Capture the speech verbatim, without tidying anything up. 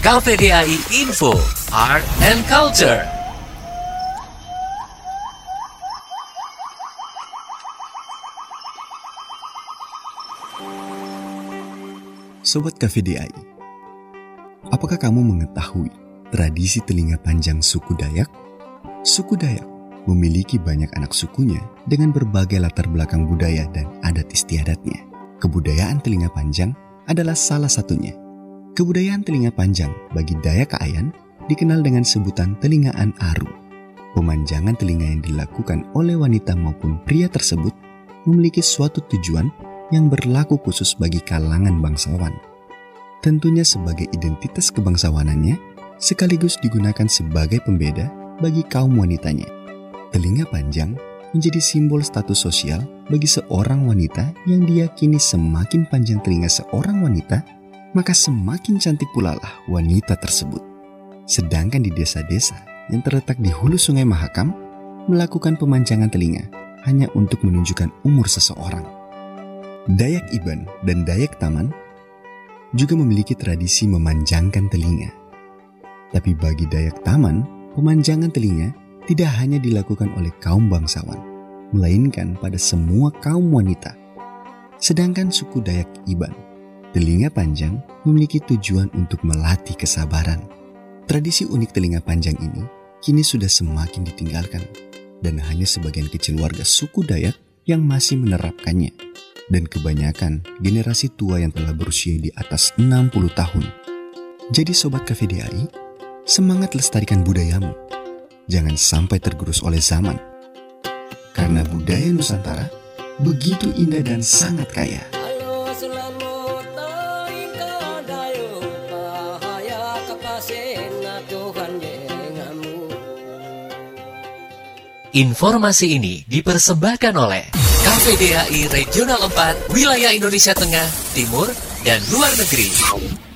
K P D A I Info, Art and Culture. Sobat K P D A I, apakah kamu mengetahui tradisi telinga panjang suku Dayak? Suku Dayak memiliki banyak anak sukunya dengan berbagai latar belakang budaya dan adat istiadatnya. Kebudayaan telinga panjang adalah salah satunya. Kebudayaan telinga panjang bagi Dayak Kaayan dikenal dengan sebutan telingaan aru. Pemanjangan telinga yang dilakukan oleh wanita maupun pria tersebut memiliki suatu tujuan yang berlaku khusus bagi kalangan bangsawan. Tentunya sebagai identitas kebangsawanannya, sekaligus digunakan sebagai pembeda bagi kaum wanitanya. Telinga panjang menjadi simbol status sosial bagi seorang wanita yang diyakini semakin panjang telinga seorang wanita, maka semakin cantik pula lah wanita tersebut. Sedangkan di desa-desa yang terletak di hulu Sungai Mahakam, melakukan pemanjangan telinga hanya untuk menunjukkan umur seseorang. Dayak Iban dan Dayak Taman juga memiliki tradisi memanjangkan telinga. Tapi bagi Dayak Taman, pemanjangan telinga tidak hanya dilakukan oleh kaum bangsawan, melainkan pada semua kaum wanita. Sedangkan suku Dayak Iban, telinga panjang memiliki tujuan untuk melatih kesabaran. Tradisi unik telinga panjang ini kini sudah semakin ditinggalkan, dan hanya sebagian kecil warga suku Dayak yang masih menerapkannya. Dan kebanyakan generasi tua yang telah berusia di atas enam puluh tahun. Jadi Sobat K P D A I, semangat lestarikan budayamu. Jangan sampai tergerus oleh zaman. Karena budaya Nusantara begitu indah dan sangat kaya. Informasi ini dipersembahkan oleh K P D A I Regional empat, Wilayah Indonesia Tengah, Timur, dan Luar Negeri.